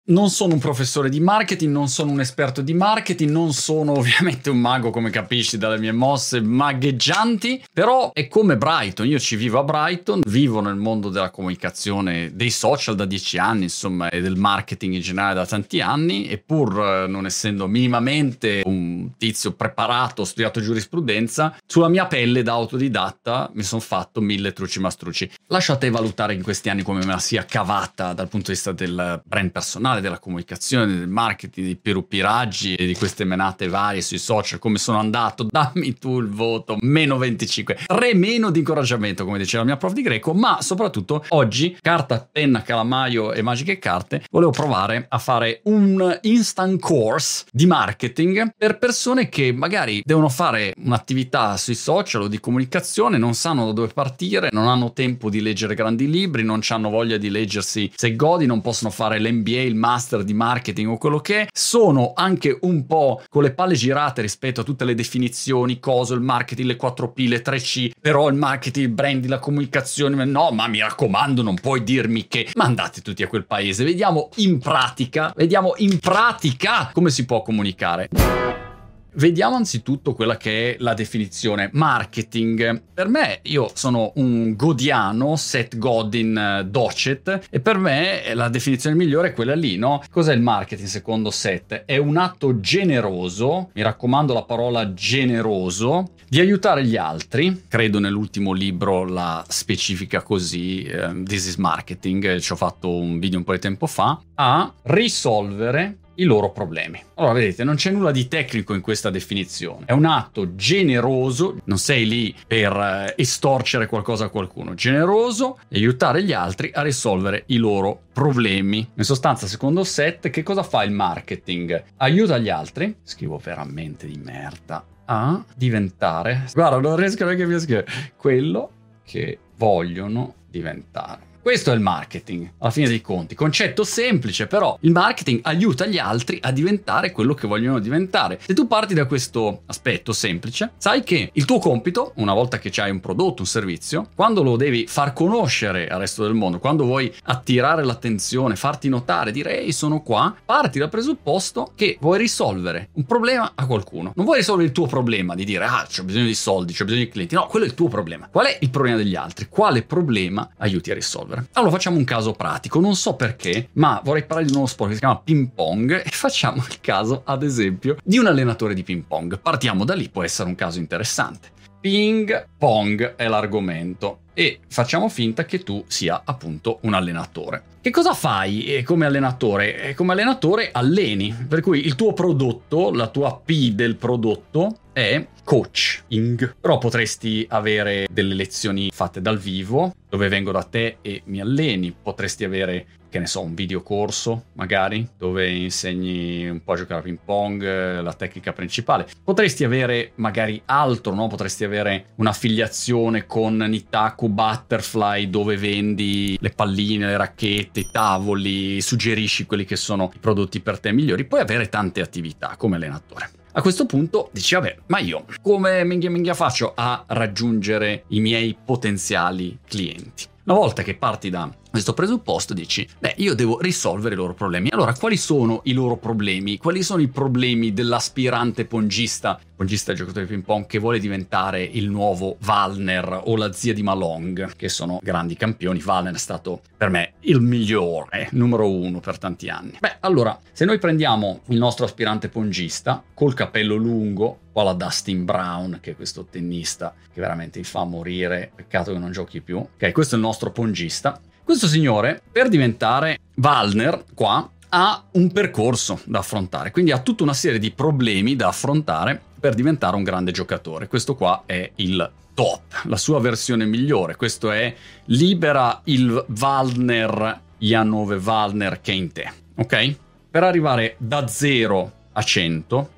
Non sono un professore di marketing, non sono un esperto di marketing, non sono ovviamente un mago, come capisci dalle mie mosse magheggianti, però è come Brighton. Io ci vivo a Brighton, vivo nel mondo della comunicazione, dei social da 10 anni, insomma, e del marketing in generale da tanti anni, e pur non essendo minimamente un tizio preparato, ho studiato giurisprudenza, sulla mia pelle da autodidatta mi sono fatto 1000 truci mastrucci. Lasciate valutare in questi anni come me la sia cavata dal punto di vista del brand personale, della comunicazione, del marketing, dei pirupiraggi e di queste menate varie sui social, come sono andato. Dammi tu il voto, meno 25, 3 meno di incoraggiamento, come diceva la mia prof di greco. Ma soprattutto oggi, carta, penna, calamaio e magiche carte, volevo provare a fare un instant course di marketing per persone che magari devono fare un'attività sui social o di comunicazione, non sanno da dove partire, non hanno tempo di leggere grandi libri, non hanno voglia di leggersi Seth Godin, non possono fare l'MBA, il master di marketing o quello che è, sono anche un po' con le palle girate rispetto a tutte le definizioni, cosa, il marketing, le 4P, le 3C, però il marketing, il branding, la comunicazione, no, ma mi raccomando, non puoi dirmi che, ma andate tutti a quel paese, vediamo in pratica come si può comunicare. Vediamo anzitutto quella che è la definizione marketing. Per me, io sono un godiano, Seth Godin docet, e per me la definizione migliore è quella lì, no? Cos'è il marketing secondo Seth? È un atto generoso, mi raccomando la parola generoso, di aiutare gli altri. Credo nell'ultimo libro la specifica così, This is Marketing, ci ho fatto un video un po' di tempo fa, a risolvere i loro problemi. Allora, vedete, non c'è nulla di tecnico in questa definizione. È un atto generoso, non sei lì per estorcere qualcosa a qualcuno. Generoso e aiutare gli altri a risolvere i loro problemi. In sostanza, secondo Seth, che cosa fa il marketing? Aiuta gli altri, scrivo veramente di merda, a diventare, guarda, non riesco neanche a scrivere, quello che vogliono diventare. Questo è il marketing, alla fine dei conti. Concetto semplice, però il marketing aiuta gli altri a diventare quello che vogliono diventare. Se tu parti da questo aspetto semplice, sai che il tuo compito, una volta che c'hai un prodotto, un servizio, quando lo devi far conoscere al resto del mondo, quando vuoi attirare l'attenzione, farti notare, dire ehi, sono qua, parti dal presupposto che vuoi risolvere un problema a qualcuno. Non vuoi risolvere il tuo problema di dire c'ho bisogno di soldi, c'ho bisogno di clienti. No, quello è il tuo problema. Qual è il problema degli altri? Quale problema aiuti a risolvere? Allora facciamo un caso pratico, non so perché, ma vorrei parlare di un nuovo sport che si chiama ping pong e facciamo il caso, ad esempio, di un allenatore di ping pong. Partiamo da lì, può essere un caso interessante. Ping pong è l'argomento e facciamo finta che tu sia appunto un allenatore. Che cosa fai come allenatore? Come allenatore alleni, per cui il tuo prodotto, la tua P del prodotto è coaching. Però potresti avere delle lezioni fatte dal vivo dove vengo da te e mi alleni, potresti avere, che ne so, un videocorso magari dove insegni un po' a giocare a ping pong, la tecnica principale. Potresti avere magari altro, no? Potresti avere un'affiliazione con Nitaku Butterfly dove vendi le palline, le racchette, i tavoli, suggerisci quelli che sono i prodotti per te migliori. Puoi avere tante attività come allenatore. A questo punto dici, vabbè, ma io come minchia faccio a raggiungere i miei potenziali clienti? Una volta che parti da questo presupposto dici, io devo risolvere i loro problemi. Allora, quali sono i loro problemi? Quali sono i problemi dell'aspirante pongista giocatore di ping pong che vuole diventare il nuovo Wallner o la zia di Malong, che sono grandi campioni? Wallner è stato per me il migliore, numero 1 per tanti anni. Allora, se noi prendiamo il nostro aspirante pongista col capello lungo, qua la Dustin Brown, che è questo tennista che veramente mi fa morire, peccato che non giochi più. Ok, questo è il nostro pongista. Questo signore, per diventare Wallner, qua, ha un percorso da affrontare, quindi ha tutta una serie di problemi da affrontare per diventare un grande giocatore. Questo qua è il top, la sua versione migliore. Questo è libera il Wallner, Jan Ove Wallner che è in te, ok? Per arrivare da 0 a 100,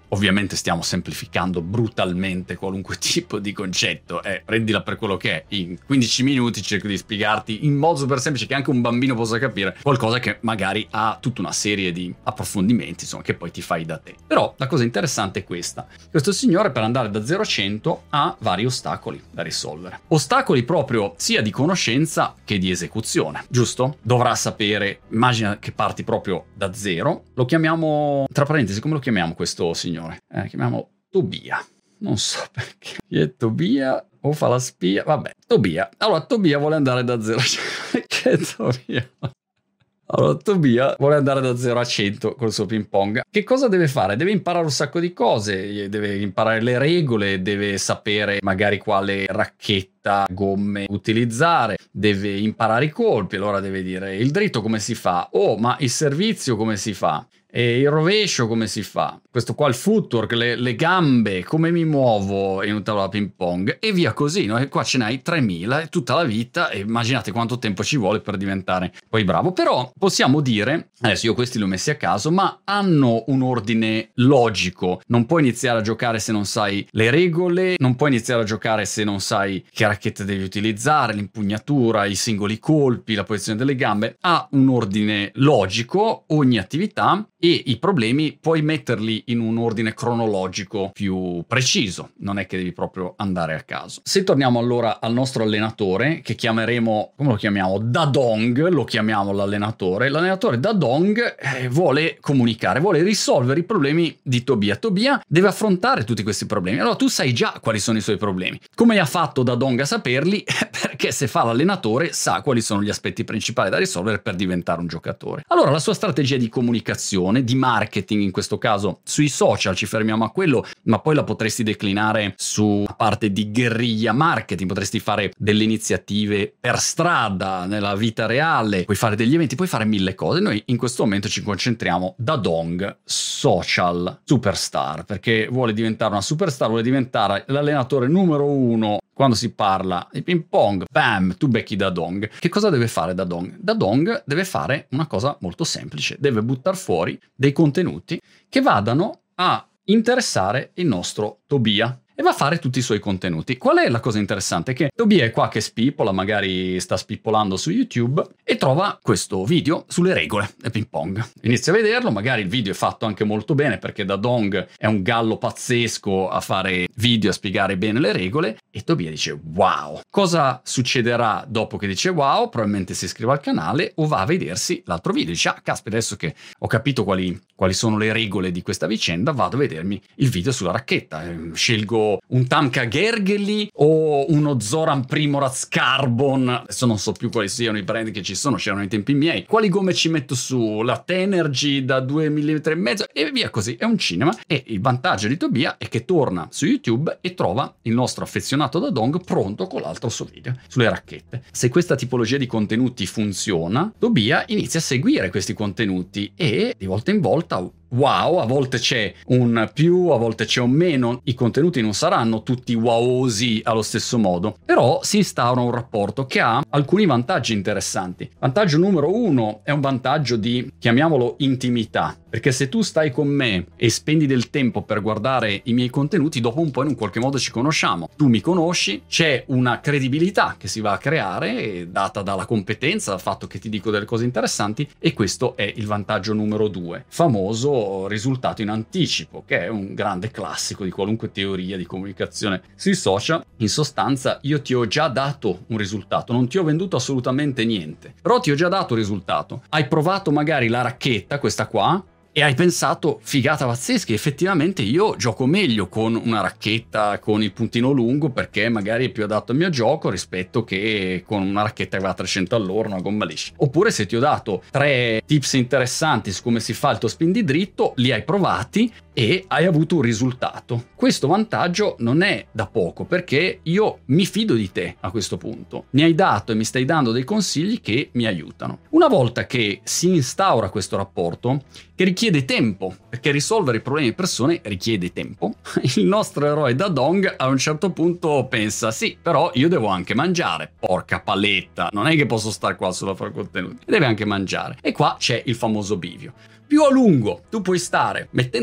ovviamente stiamo semplificando brutalmente qualunque tipo di concetto, prendila per quello che è. In 15 minuti cerco di spiegarti in modo super semplice che anche un bambino possa capire qualcosa che magari ha tutta una serie di approfondimenti, insomma, che poi ti fai da te. Però la cosa interessante è questa: questo signore, per andare da 0 a 100, ha vari ostacoli da risolvere, ostacoli proprio sia di conoscenza che di esecuzione, giusto? Dovrà sapere, immagina che parti proprio da 0, lo chiamiamo, tra parentesi, come lo chiamiamo questo signore? Chiamiamo Tobia, non so perché. Chi è Tobia? O fa la spia? Vabbè, Tobia. Allora, Tobia vuole andare da 0 a 100. Che è Tobia? Allora, Tobia vuole andare da 0 a 100 col suo ping pong. Che cosa deve fare? Deve imparare un sacco di cose, deve imparare le regole, deve sapere magari quale racchetta, gomme utilizzare, deve imparare i colpi, allora deve dire il dritto come si fa, ma il servizio come si fa, e il rovescio come si fa, questo qua il footwork, le gambe, come mi muovo in un tavolo da ping pong, e via così, no? E qua ce n'hai 3000 e tutta la vita, e immaginate quanto tempo ci vuole per diventare poi bravo. Però possiamo dire, adesso io questi li ho messi a caso, ma hanno un ordine logico. Non puoi iniziare a giocare se non sai le regole, non puoi iniziare a giocare se non sai che racchetta devi utilizzare, l'impugnatura, i singoli colpi, la posizione delle gambe. Ha un ordine logico ogni attività, e i problemi puoi metterli in un ordine cronologico più preciso, non è che devi proprio andare a caso. Se torniamo allora al nostro allenatore, che chiameremo, come lo chiamiamo? Dadong, lo chiamiamo l'allenatore. L'allenatore Dadong vuole comunicare, vuole risolvere i problemi di Tobia. Tobia deve affrontare tutti questi problemi. Allora tu sai già quali sono i suoi problemi. Come ha fatto Dadong a saperli? Perché se fa l'allenatore sa quali sono gli aspetti principali da risolvere per diventare un giocatore. Allora la sua strategia di comunicazione, di marketing in questo caso, sui social ci fermiamo a quello, ma poi la potresti declinare su parte di guerriglia marketing, potresti fare delle iniziative per strada, nella vita reale, puoi fare degli eventi, puoi fare 1000 cose. Noi in questo momento ci concentriamo da Dong social superstar, perché vuole diventare una superstar, vuole diventare l'allenatore numero 1 quando si parla di ping pong. Bam, tu becchi Dadong. Che cosa deve fare Dadong? Dadong deve fare una cosa molto semplice, deve buttare fuori dei contenuti che vadano a interessare il nostro Tobia, e va a fare tutti i suoi contenuti. Qual è la cosa interessante? Che Tobia è qua che spippola, magari sta spippolando su YouTube, e trova questo video sulle regole del ping pong. Inizia a vederlo, magari il video è fatto anche molto bene, perché Dadong è un gallo pazzesco a fare video, a spiegare bene le regole, e Tobia dice wow. Cosa succederà dopo che dice wow? Probabilmente si iscrive al canale o va a vedersi l'altro video. Dice caspita, adesso che ho capito quali sono le regole di questa vicenda, vado a vedermi il video sulla racchetta, scelgo un Tamka Gergely o uno Zoran Primoraz Carbon, adesso non so più quali siano i brand che ci sono, c'erano ai tempi miei, quali gomme ci metto su, la Tenergy da 2,5 mm e via così. È un cinema, e il vantaggio di Tobia è che torna su YouTube e trova il nostro affezionato Dadong pronto con l'altro suo video sulle racchette. Se questa tipologia di contenuti funziona, Tobia inizia a seguire questi contenuti e di volta in volta wow, a volte c'è un più, a volte c'è un meno, i contenuti non saranno tutti wowosi allo stesso modo, però si instaura un rapporto che ha alcuni vantaggi interessanti. Vantaggio numero 1 è un vantaggio di, chiamiamolo, intimità, perché se tu stai con me e spendi del tempo per guardare i miei contenuti, dopo un po' in un qualche modo ci conosciamo, tu mi conosci, c'è una credibilità che si va a creare data dalla competenza, dal fatto che ti dico delle cose interessanti, e questo è il vantaggio numero 2, famoso risultato in anticipo, che è un grande classico di qualunque teoria di comunicazione sui social. In sostanza, io ti ho già dato un risultato, non ti ho venduto assolutamente niente, però ti ho già dato un risultato. Hai provato magari la racchetta, questa qua, e hai pensato figata pazzesca, effettivamente io gioco meglio con una racchetta con il puntino lungo, perché magari è più adatto al mio gioco rispetto che con una racchetta che va a 300 all'ora, una gomma liscia. Oppure se ti ho dato 3 tips interessanti su come si fa il topspin di dritto, li hai provati e hai avuto un risultato. Questo vantaggio non è da poco, perché io mi fido di te a questo punto. Mi hai dato e mi stai dando dei consigli che mi aiutano. Una volta che si instaura questo rapporto, che richiede tempo, perché risolvere i problemi di persone richiede tempo, il nostro eroe Dadong a un certo punto pensa sì, però io devo anche mangiare, porca paletta, non è che posso stare qua solo a fare contenuti, deve anche mangiare. E qua c'è il famoso bivio. Più a lungo tu puoi stare mettendo fuori dei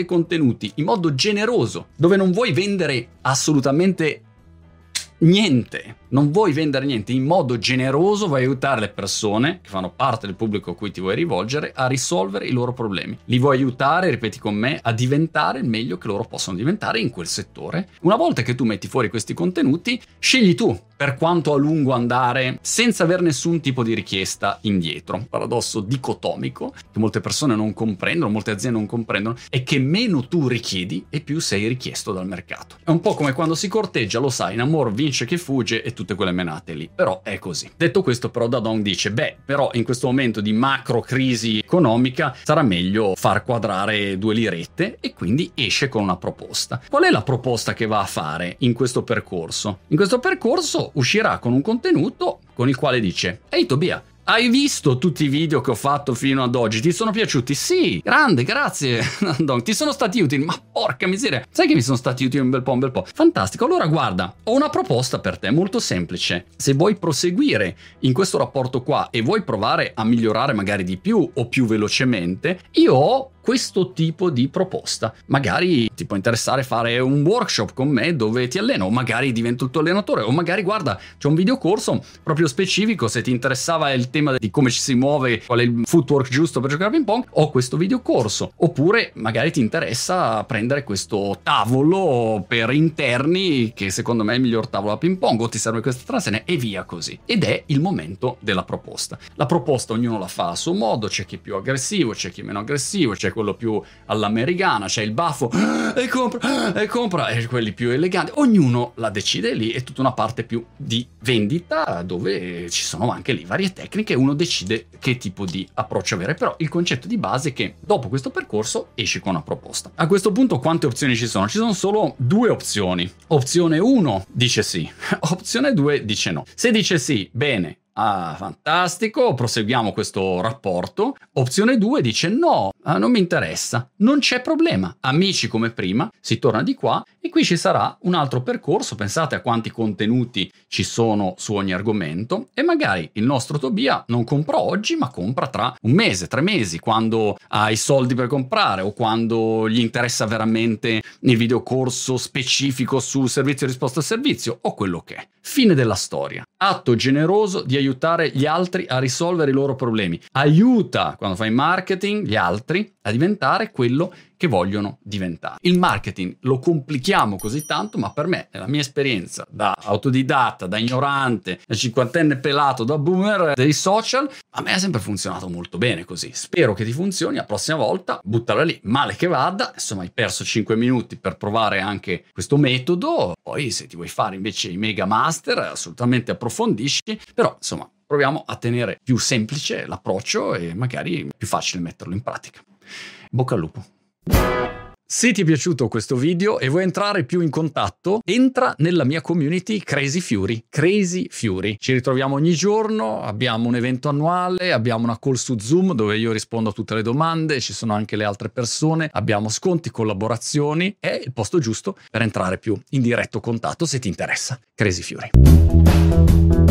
dei contenuti in modo generoso, dove non vuoi vendere assolutamente niente, non vuoi vendere niente, in modo generoso vuoi aiutare le persone che fanno parte del pubblico a cui ti vuoi rivolgere a risolvere i loro problemi. Li vuoi aiutare, ripeti con me, a diventare il meglio che loro possono diventare in quel settore. Una volta che tu metti fuori questi contenuti, scegli tu per quanto a lungo andare senza aver nessun tipo di richiesta indietro. Paradosso dicotomico che molte persone non comprendono, molte aziende non comprendono, è che meno tu richiedi e più sei richiesto dal mercato. È un po' come quando si corteggia, lo sai, in amore vince chi fugge e tutte quelle menate lì, però è così. Detto questo, però, Dadong dice, però in questo momento di macro crisi economica sarà meglio far quadrare 2 lirette, e quindi esce con una proposta. Qual è la proposta che va a fare in questo percorso? In questo percorso uscirà con un contenuto con il quale dice: ehi Tobia, hai visto tutti i video che ho fatto fino ad oggi? Ti sono piaciuti? Sì, grande, grazie. Ti sono stati utili? Ma porca miseria, sai che mi sono stati utili un bel po'. Fantastico, allora guarda, ho una proposta per te, molto semplice. Se vuoi proseguire in questo rapporto qua e vuoi provare a migliorare magari di più o più velocemente, io ho questo tipo di proposta. Magari ti può interessare fare un workshop con me dove ti alleno, o magari divento il tuo allenatore, o magari guarda, c'è un videocorso proprio specifico, se ti interessava il tema di come ci si muove, qual è il footwork giusto per giocare a ping pong, ho questo videocorso. Oppure magari ti interessa prendere questo tavolo per interni, che secondo me è il miglior tavolo a ping pong, o ti serve questa transazione, e via così. Ed è il momento della proposta. La proposta ognuno la fa a suo modo, c'è chi è più aggressivo, c'è chi è meno aggressivo, c'è quello più all'americana, c'è il baffo e compra, e quelli più eleganti. Ognuno la decide lì, è tutta una parte più di vendita dove ci sono anche lì varie tecniche, uno decide che tipo di approccio avere, però il concetto di base è che dopo questo percorso esci con una proposta. A questo punto quante opzioni ci sono? Ci sono solo 2 opzioni. Opzione 1 dice sì, opzione 2 dice no. Se dice sì, bene, fantastico, proseguiamo questo rapporto. Opzione 2 dice no, non mi interessa. Non c'è problema, amici come prima, si torna di qua e qui ci sarà un altro percorso. Pensate a quanti contenuti ci sono su ogni argomento, e magari il nostro Tobia non compra oggi ma compra tra 1 mese, 3 mesi, quando ha i soldi per comprare o quando gli interessa veramente il videocorso specifico su servizio e risposta al servizio o quello che è. Fine della storia. Atto generoso di aiutare gli altri a risolvere i loro problemi. Aiuta, quando fai marketing, gli altri a diventare quello che vogliono diventare. Il marketing lo complichiamo così tanto, ma per me, nella mia esperienza da autodidatta, da ignorante, da cinquantenne pelato, da boomer dei social, a me ha sempre funzionato molto bene così. Spero che ti funzioni. La prossima volta buttala lì, male che vada, insomma hai perso 5 minuti per provare anche questo metodo. Poi se ti vuoi fare invece i mega master, assolutamente approfondisci, però insomma proviamo a tenere più semplice l'approccio e magari più facile metterlo in pratica. Bocca al lupo. Se ti è piaciuto questo video e vuoi entrare più in contatto, entra nella mia community Crazy Fury. Crazy Fury. Ci ritroviamo ogni giorno, abbiamo un evento annuale, abbiamo una call su Zoom dove io rispondo a tutte le domande, ci sono anche le altre persone, abbiamo sconti, collaborazioni, è il posto giusto per entrare più in diretto contatto se ti interessa. Crazy Fury.